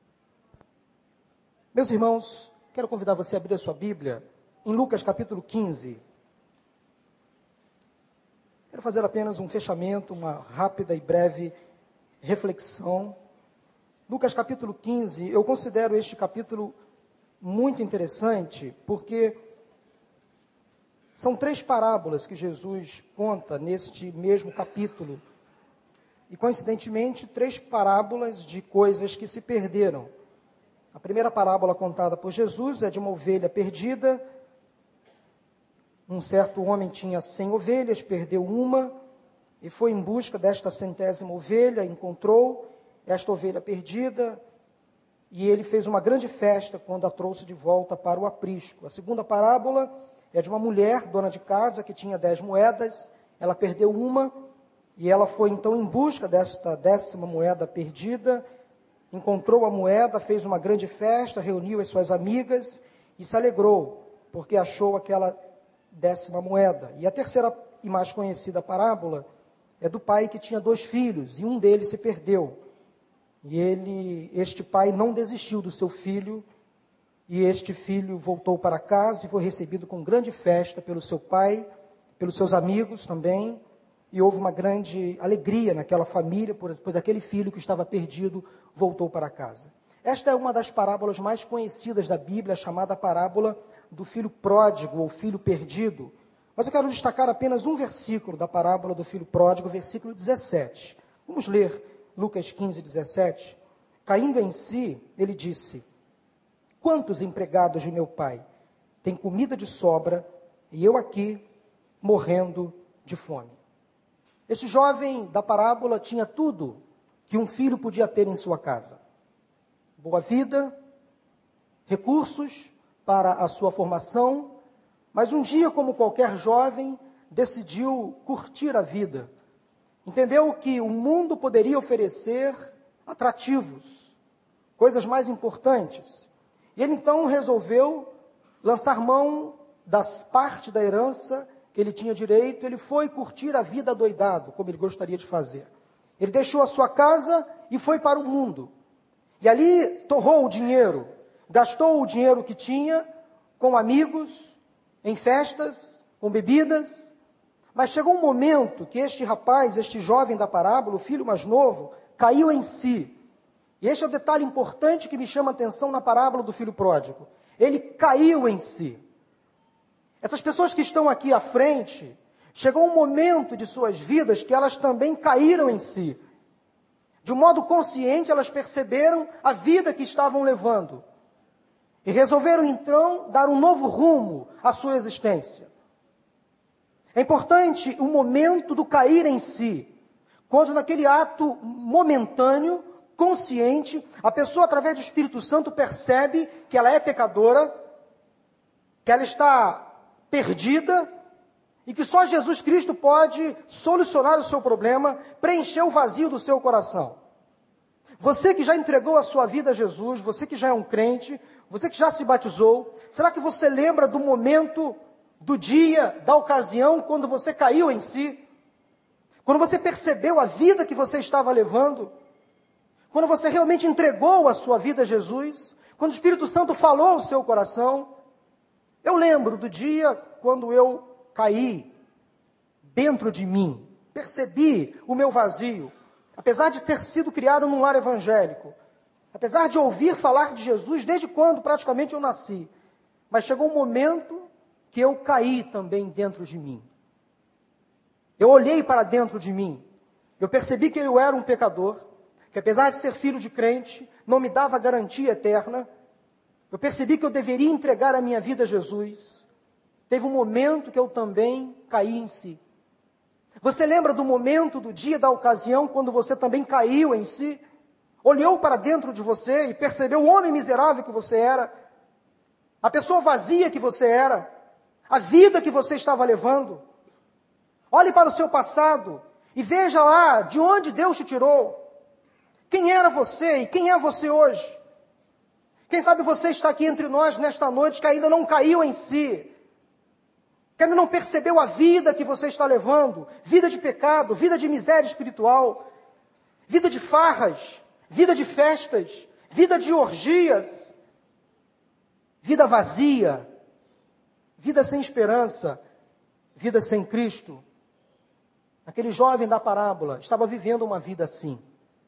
Meus irmãos, quero convidar você a abrir a sua Bíblia em Lucas capítulo 15. Quero fazer apenas um fechamento, uma rápida e breve reflexão. Lucas capítulo 15, eu considero este capítulo muito interessante, porque são 3 parábolas que Jesus conta neste mesmo capítulo. E, coincidentemente, 3 parábolas de coisas que se perderam. A primeira parábola contada por Jesus é de uma ovelha perdida. Um certo homem tinha 100 ovelhas, perdeu uma, e foi em busca desta 100ª ovelha, encontrou esta ovelha perdida, e ele fez uma grande festa quando a trouxe de volta para o aprisco. A segunda parábola é de uma mulher, dona de casa, que tinha 10 moedas, ela perdeu uma, e ela foi então em busca desta 10ª moeda perdida, encontrou a moeda, fez uma grande festa, reuniu as suas amigas e se alegrou, porque achou aquela 10ª moeda. E a terceira e mais conhecida parábola é do pai que tinha 2 filhos, e um deles se perdeu. E este pai não desistiu do seu filho, e este filho voltou para casa e foi recebido com grande festa pelo seu pai, pelos seus amigos também, e houve uma grande alegria naquela família, pois aquele filho que estava perdido voltou para casa. Esta é uma das parábolas mais conhecidas da Bíblia, chamada parábola do filho pródigo ou filho perdido. Mas eu quero destacar apenas um versículo da parábola do filho pródigo, versículo 17. Vamos ler Lucas 15, 17. Caindo em si, ele disse: quantos empregados de meu pai têm comida de sobra, e eu aqui morrendo de fome? Este jovem da parábola tinha tudo que um filho podia ter em sua casa: boa vida, recursos para a sua formação, mas um dia, como qualquer jovem, decidiu curtir a vida. Entendeu que o mundo poderia oferecer atrativos, coisas mais importantes. E ele então resolveu lançar mão das parte da herança que ele tinha direito. Ele foi curtir a vida adoidado, como ele gostaria de fazer. Ele deixou a sua casa e foi para o mundo. E ali torrou o dinheiro, gastou o dinheiro que tinha com amigos, em festas, com bebidas. Mas chegou um momento que este rapaz, este jovem da parábola, o filho mais novo, caiu em si. E este é o detalhe importante que me chama a atenção na parábola do filho pródigo. Ele caiu em si. Essas pessoas que estão aqui à frente, chegou um momento de suas vidas que elas também caíram em si. De um modo consciente, elas perceberam a vida que estavam levando. E resolveram então dar um novo rumo à sua existência. É importante o momento do cair em si, quando naquele ato momentâneo, consciente, a pessoa através do Espírito Santo percebe que ela é pecadora, que ela está perdida, e que só Jesus Cristo pode solucionar o seu problema, preencher o vazio do seu coração. Você que já entregou a sua vida a Jesus, você que já é um crente, você que já se batizou, será que você lembra do momento, do dia, da ocasião, quando você caiu em si? Quando você percebeu a vida que você estava levando? Quando você realmente entregou a sua vida a Jesus? Quando o Espírito Santo falou ao seu coração? Eu lembro do dia quando eu caí dentro de mim, percebi o meu vazio, apesar de ter sido criado num lar evangélico, apesar de ouvir falar de Jesus desde quando praticamente eu nasci, mas chegou um momento que eu caí também dentro de mim. Eu olhei para dentro de mim, eu percebi que eu era um pecador, que apesar de ser filho de crente, não me dava garantia eterna. Eu percebi que eu deveria entregar a minha vida a Jesus. Teve um momento que eu também caí em si. Você lembra do momento, do dia, da ocasião, quando você também caiu em si? olhou para dentro de você e percebeu o homem miserável que você era, a pessoa vazia que você era, a vida que você estava levando. Olhe para o seu passado e veja lá de onde Deus te tirou. Quem era você e quem é você hoje? Quem sabe você está aqui entre nós nesta noite que ainda não caiu em si, que ainda não percebeu a vida que você está levando, vida de pecado, vida de miséria espiritual, vida de farras, vida de festas, vida de orgias, vida vazia, vida sem esperança, vida sem Cristo. Aquele jovem da parábola estava vivendo uma vida assim.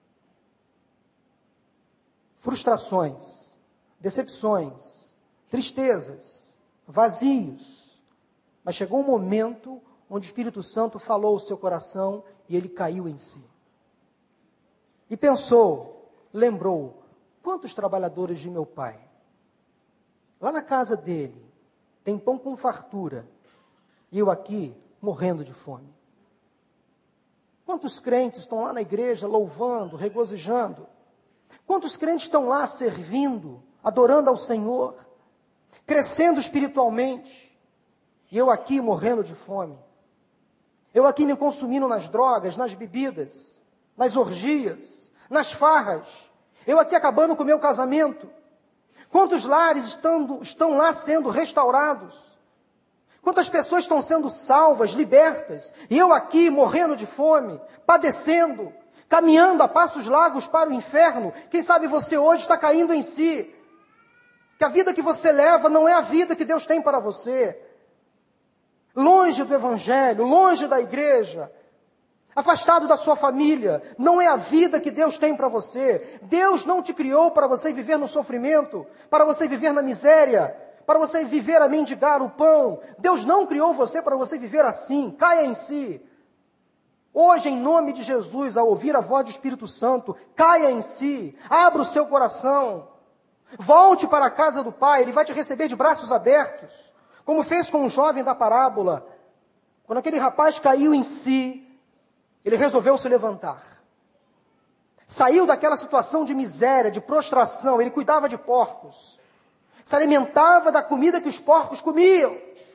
Frustrações, decepções, tristezas, vazios. Mas chegou um momento onde o Espírito Santo falou ao seu coração e ele caiu em si. E pensou, lembrou, quantos trabalhadores de meu pai? Lá na casa dele, tem pão com fartura, e eu aqui morrendo de fome. Quantos crentes estão lá na igreja louvando, regozijando? Quantos crentes estão lá servindo, adorando ao Senhor, crescendo espiritualmente, e eu aqui morrendo de fome? Eu aqui me consumindo nas drogas, nas bebidas, nas orgias, nas farras. Eu aqui acabando com o meu casamento. Quantos lares estão lá sendo restaurados? Quantas pessoas estão sendo salvas, libertas, e eu aqui morrendo de fome, padecendo, caminhando a passos largos para o inferno? Quem sabe você hoje está caindo em si, que a vida que você leva não é a vida que Deus tem para você. Longe do Evangelho, longe da igreja, afastado da sua família, não é a vida que Deus tem para você. Deus não te criou para você viver no sofrimento, para você viver na miséria, para você viver a mendigar o pão. Deus não criou você para você viver assim. Caia em si. Hoje, em nome de Jesus, ao ouvir a voz do Espírito Santo, caia em si, abra o seu coração, volte para a casa do Pai, Ele vai te receber de braços abertos, como fez com o jovem da parábola. Quando aquele rapaz caiu em si, ele resolveu se levantar. Saiu daquela situação de miséria, de prostração. Ele cuidava de porcos, se alimentava da comida que os porcos comiam.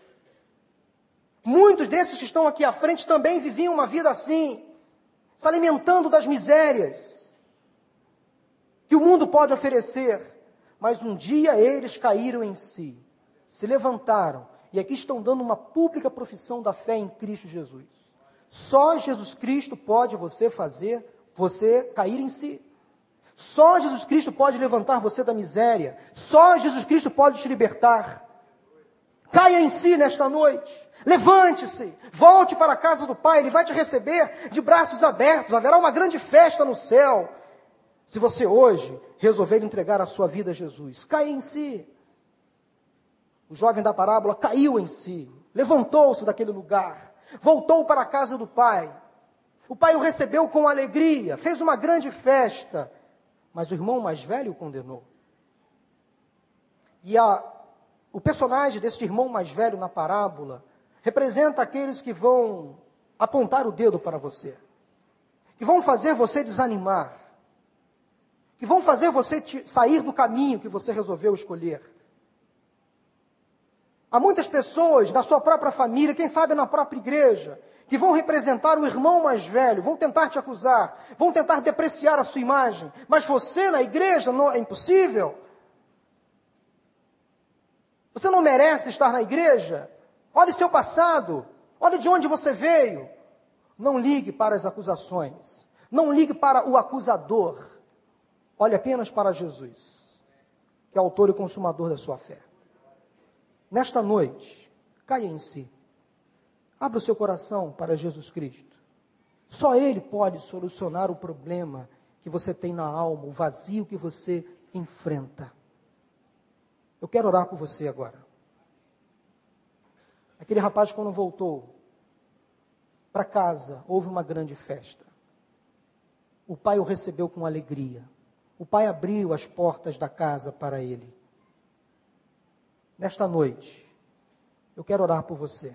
Muitos desses que estão aqui à frente também viviam uma vida assim, se alimentando das misérias que o mundo pode oferecer. Mas um dia eles caíram em si, se levantaram, e aqui estão dando uma pública profissão da fé em Cristo Jesus. Só Jesus Cristo pode fazer você cair em si. Só Jesus Cristo pode levantar você da miséria. Só Jesus Cristo pode te libertar. Caia em si nesta noite. Levante-se, volte para a casa do Pai, Ele vai te receber de braços abertos, haverá uma grande festa no céu. Se você hoje resolver entregar a sua vida a Jesus, caia em si. O jovem da parábola caiu em si, levantou-se daquele lugar, voltou para a casa do Pai. O Pai o recebeu com alegria, fez uma grande festa, mas o irmão mais velho o condenou. E o personagem desse irmão mais velho na parábola representa aqueles que vão apontar o dedo para você, que vão fazer você desanimar, que vão fazer você sair do caminho que você resolveu escolher. Há muitas pessoas na sua própria família, quem sabe na própria igreja, que vão representar o irmão mais velho, vão tentar te acusar, vão tentar depreciar a sua imagem, mas você na igreja não, é impossível. Você não merece estar na igreja. Olhe seu passado, olhe de onde você veio. Não ligue para as acusações, não ligue para o acusador. Olhe apenas para Jesus, que é o autor e consumador da sua fé. Nesta noite, caia em si. Abra o seu coração para Jesus Cristo. Só Ele pode solucionar o problema que você tem na alma, o vazio que você enfrenta. Eu quero orar por você agora. Aquele rapaz, quando voltou para casa, houve uma grande festa. O pai o recebeu com alegria. O pai abriu as portas da casa para ele. Nesta noite, eu quero orar por você.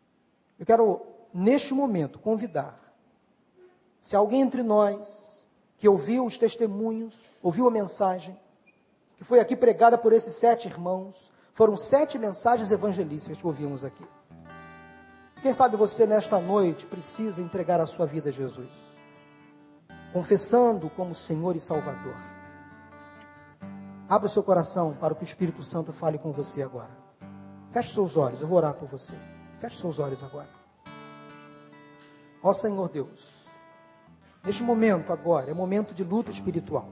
Eu quero, neste momento, convidar. Se alguém entre nós que ouviu os testemunhos, ouviu a mensagem, que foi aqui pregada por esses 7 irmãos. Foram 7 mensagens evangelísticas que ouvimos aqui. Quem sabe você nesta noite precisa entregar a sua vida a Jesus, confessando como Senhor e Salvador. Abra o seu coração para que o Espírito Santo fale com você agora. Feche seus olhos, eu vou orar por você. Feche seus olhos agora. Ó Senhor Deus, neste momento agora, é momento de luta espiritual.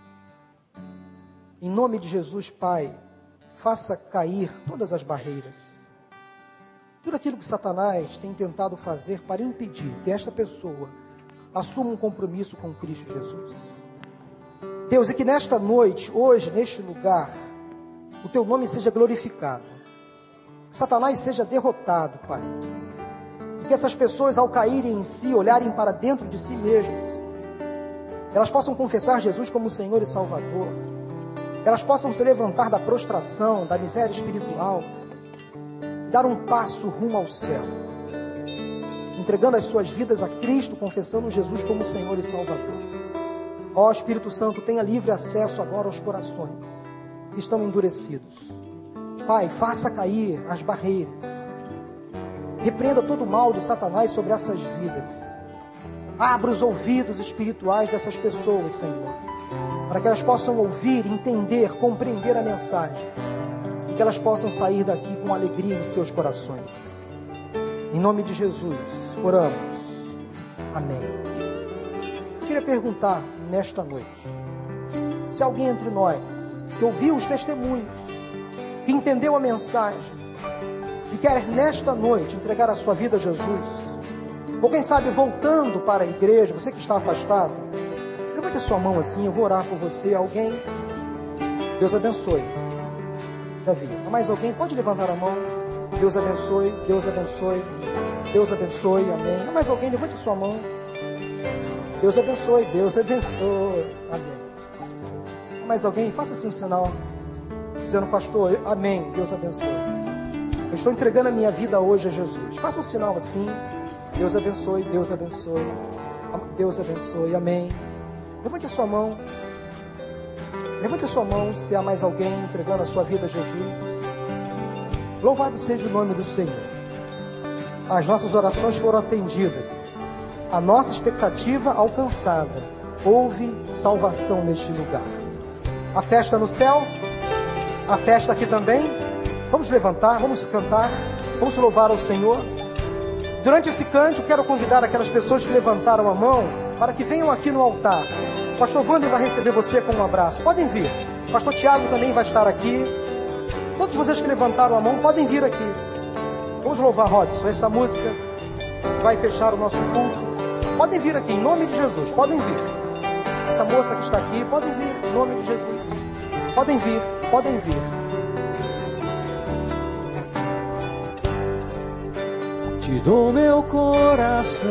Em nome de Jesus, Pai, faça cair todas as barreiras. Tudo aquilo que Satanás tem tentado fazer para impedir que esta pessoa assuma um compromisso com Cristo Jesus. Deus, e que nesta noite, hoje, neste lugar, o Teu nome seja glorificado. Satanás seja derrotado, Pai. E que essas pessoas, ao caírem em si, olharem para dentro de si mesmas, elas possam confessar Jesus como Senhor e Salvador. Elas possam se levantar da prostração, da miséria espiritual, dar um passo rumo ao céu, entregando as suas vidas a Cristo, confessando Jesus como Senhor e Salvador. Ó Espírito Santo, tenha livre acesso agora aos corações que estão endurecidos. Pai, faça cair as barreiras. Repreenda todo o mal de Satanás sobre essas vidas. Abra os ouvidos espirituais dessas pessoas, Senhor, para que elas possam ouvir, entender, compreender a mensagem. E que elas possam sair daqui com alegria em seus corações. Em nome de Jesus, oramos. Amém. Eu queria perguntar nesta noite, se alguém entre nós que ouviu os testemunhos, que entendeu a mensagem e quer nesta noite entregar a sua vida a Jesus, ou quem sabe voltando para a igreja, você que está afastado, levante a sua mão assim, eu vou orar por você. Alguém? Deus abençoe. Já vi. Mais alguém? Pode levantar a mão. Deus abençoe, Deus abençoe, Deus abençoe, amém. Mais alguém? Levante a sua mão. Deus abençoe, Deus abençoe, amém. Mais alguém? Faça assim um sinal, dizendo, pastor, amém, Deus abençoe. Eu estou entregando a minha vida hoje a Jesus. Faça um sinal assim, Deus abençoe, Deus abençoe, Deus abençoe, amém. Levante a sua mão. Levante a sua mão se há mais alguém entregando a sua vida a Jesus. Louvado seja o nome do Senhor. As nossas orações foram atendidas. A nossa expectativa alcançada. Houve salvação neste lugar. A festa no céu. A festa aqui também. Vamos levantar, vamos cantar, vamos louvar ao Senhor. Durante esse cântico, quero convidar aquelas pessoas que levantaram a mão para que venham aqui no altar. Pastor Wander vai receber você com um abraço. Podem vir. Pastor Tiago também vai estar aqui. Todos vocês que levantaram a mão, podem vir aqui. Vamos louvar, Robson. Essa música vai fechar o nosso culto. Podem vir aqui, em nome de Jesus. Podem vir. Essa moça que está aqui, podem vir, em nome de Jesus. Podem vir, podem vir. Te dou meu coração.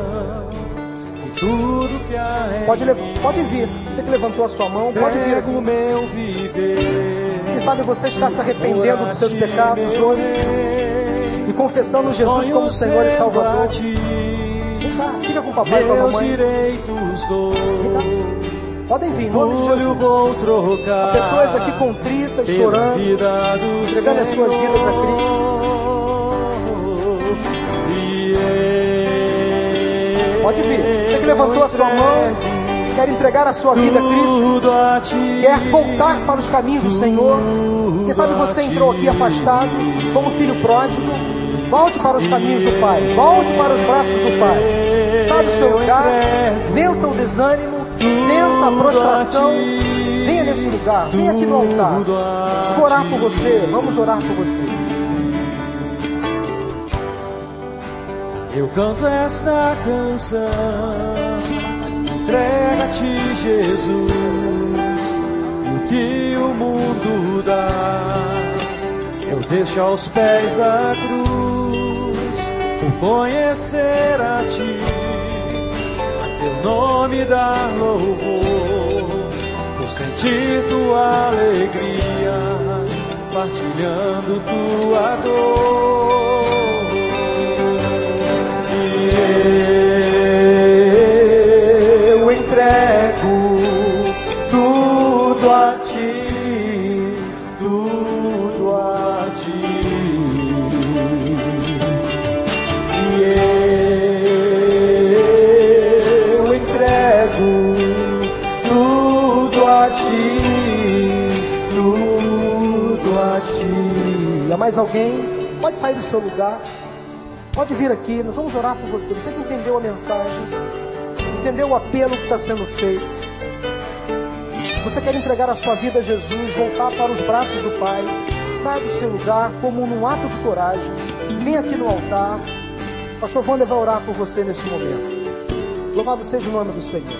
Tudo que há pode vir. Você que levantou a sua mão, pode vir aqui. Meu viver, quem sabe você está se arrependendo dos seus pecados hoje e confessando Jesus como Senhor e Salvador. Vem cá, fica com o papai e com a mamãe. Vem cá. Podem vir, em nome de Jesus. Há pessoas aqui contritas, chorando, entregando as suas vidas a Cristo. Pode vir. Você que levantou a sua mão, quer entregar a sua vida a Cristo, quer voltar para os caminhos do Senhor. Quem sabe você entrou aqui afastado, como filho pródigo. Volte para os caminhos do Pai. Volte para os braços do Pai. Sai do seu lugar. Vença o desânimo. Vença a prostração. Venha nesse lugar. Venha aqui no altar. Vou orar por você. Vamos orar por você. Eu canto esta canção, entrega-te, Jesus, o que o mundo dá. Eu deixo aos pés da cruz, por conhecer a Ti, a Teu nome dar louvor, por sentir Tua alegria, partilhando Tua dor. Eu entrego alguém, pode sair do seu lugar, pode vir aqui, nós vamos orar por você. Você que entendeu a mensagem, entendeu o apelo que está sendo feito, você quer entregar a sua vida a Jesus, voltar para os braços do Pai, sai do seu lugar como num ato de coragem, vem aqui no altar. Pastor Wander vai orar por você neste momento. Louvado seja o nome do Senhor.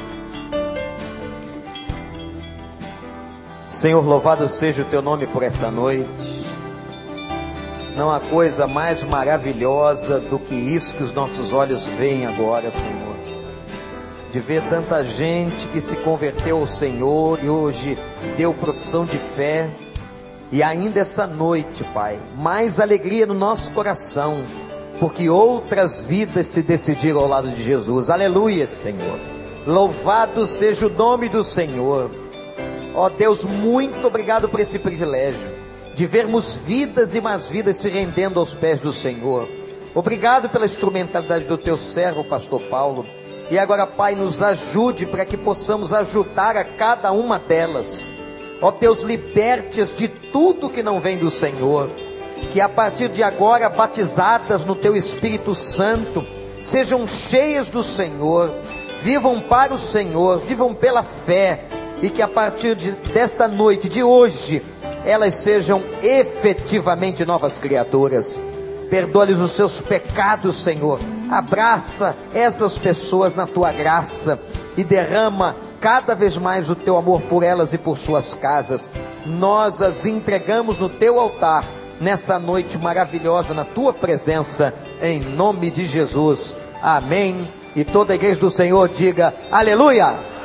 Senhor, louvado seja o teu nome por essa noite. Não há coisa mais maravilhosa do que isso que os nossos olhos veem agora, Senhor. De ver tanta gente que se converteu ao Senhor e hoje deu profissão de fé. E ainda essa noite, Pai, mais alegria no nosso coração, porque outras vidas se decidiram ao lado de Jesus. Aleluia, Senhor. Louvado seja o nome do Senhor. Ó Deus, muito obrigado por esse privilégio de vermos vidas e mais vidas se rendendo aos pés do Senhor. Obrigado pela instrumentalidade do teu servo, pastor Paulo. E agora, Pai, nos ajude para que possamos ajudar a cada uma delas. Ó Deus, liberte-as de tudo que não vem do Senhor. Que a partir de agora, batizadas no teu Espírito Santo, sejam cheias do Senhor, vivam para o Senhor, vivam pela fé. E que a partir desta noite, de hoje, elas sejam efetivamente novas criaturas. Perdoa-lhes os seus pecados, Senhor. Abraça essas pessoas na tua graça e derrama cada vez mais o teu amor por elas e por suas casas. Nós as entregamos no teu altar nessa noite maravilhosa, na tua presença, em nome de Jesus. Amém. E toda a igreja do Senhor diga aleluia.